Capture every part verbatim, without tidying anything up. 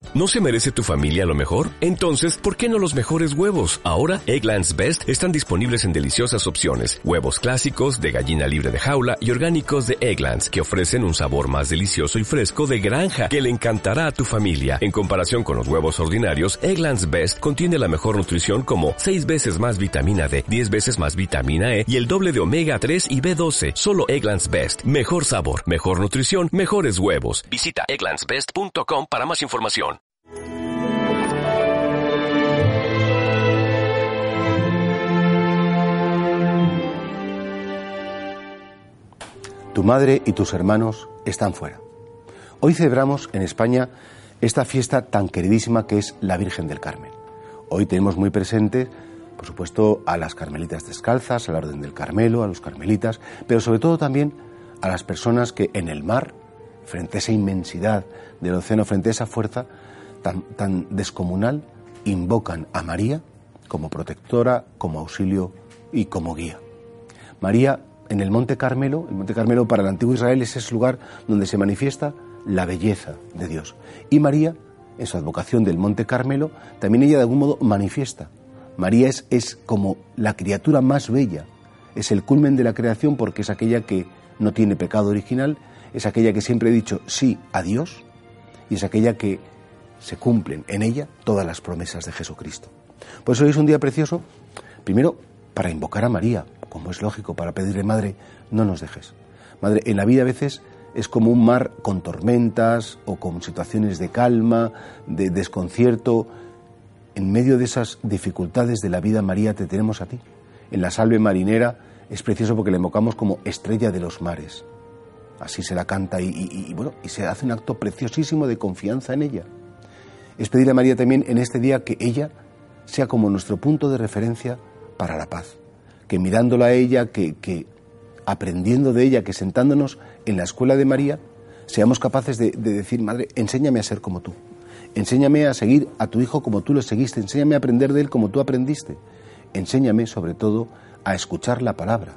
¿No se merece tu familia lo mejor? Entonces, ¿por qué no los mejores huevos? Ahora, Eggland's Best están disponibles en deliciosas opciones. Huevos clásicos, de gallina libre de jaula y orgánicos de Eggland's, que ofrecen un sabor más delicioso y fresco de granja que le encantará a tu familia. En comparación con los huevos ordinarios, Eggland's Best contiene la mejor nutrición como seis veces más vitamina D, diez veces más vitamina E y el doble de omega tres y B doce. Solo Eggland's Best. Mejor sabor, mejor nutrición, mejores huevos. Visita egglands best punto com para más información. Tu madre y tus hermanos están fuera. Hoy celebramos en España esta fiesta tan queridísima que es la Virgen del Carmen. Hoy tenemos muy presente, por supuesto, a las carmelitas descalzas, a la Orden del Carmelo, a los carmelitas, pero sobre todo también a las personas que en el mar, frente a esa inmensidad del océano, frente a esa fuerza tan, tan descomunal, invocan a María como protectora, como auxilio y como guía. María, en el Monte Carmelo, el Monte Carmelo para el antiguo Israel es ese lugar donde se manifiesta la belleza de Dios. Y María, en su advocación del Monte Carmelo, también ella de algún modo manifiesta. María es, es como la criatura más bella, es el culmen de la creación porque es aquella que no tiene pecado original, es aquella que siempre ha dicho sí a Dios y es aquella que se cumplen en ella todas las promesas de Jesucristo. Por eso hoy es un día precioso, primero para invocar a María, como es lógico, para pedirle, Madre, no nos dejes. Madre, en la vida a veces es como un mar con tormentas o con situaciones de calma, de desconcierto. En medio de esas dificultades de la vida, María, te tenemos a ti. En la Salve Marinera es precioso porque la invocamos como estrella de los mares. Así se la canta y, y, y, bueno, y se hace un acto preciosísimo de confianza en ella. Es pedirle a María también en este día que ella sea como nuestro punto de referencia para la paz. Que mirándola a ella, que, que aprendiendo de ella, que sentándonos en la escuela de María, seamos capaces de, de decir, Madre, enséñame a ser como tú. Enséñame a seguir a tu hijo como tú lo seguiste. Enséñame a aprender de él como tú aprendiste. Enséñame, sobre todo, a escuchar la palabra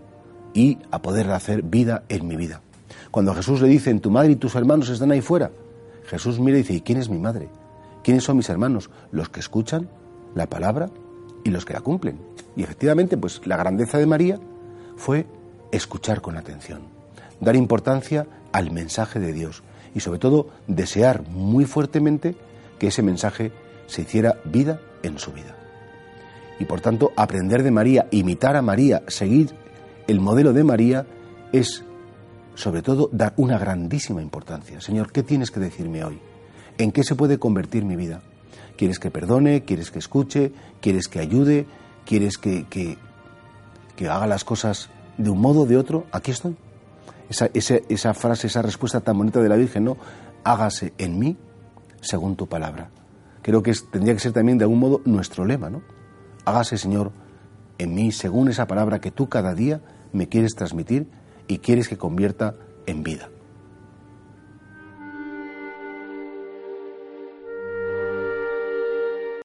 y a poder hacer vida en mi vida. Cuando Jesús le dice, tu madre y tus hermanos están ahí fuera, Jesús mira y dice, ¿y quién es mi madre? ¿Quiénes son mis hermanos? Los que escuchan la palabra y los que la cumplen. Y efectivamente, pues la grandeza de María fue escuchar con atención, dar importancia al mensaje de Dios y sobre todo desear muy fuertemente que ese mensaje se hiciera vida en su vida. Y por tanto, aprender de María, imitar a María, seguir el modelo de María es sobre todo dar una grandísima importancia. Señor, ¿qué tienes que decirme hoy? ¿En qué se puede convertir mi vida? ¿Quieres que perdone? ¿Quieres que escuche? ¿Quieres que ayude? ¿Quieres que, que, que haga las cosas de un modo o de otro? Aquí estoy. Esa, esa, esa frase, esa respuesta tan bonita de la Virgen, ¿no? Hágase en mí según tu palabra. Creo que es, tendría que ser también de algún modo nuestro lema, ¿no? Hágase, Señor, en mí según esa palabra que tú cada día me quieres transmitir y quieres que convierta en vida.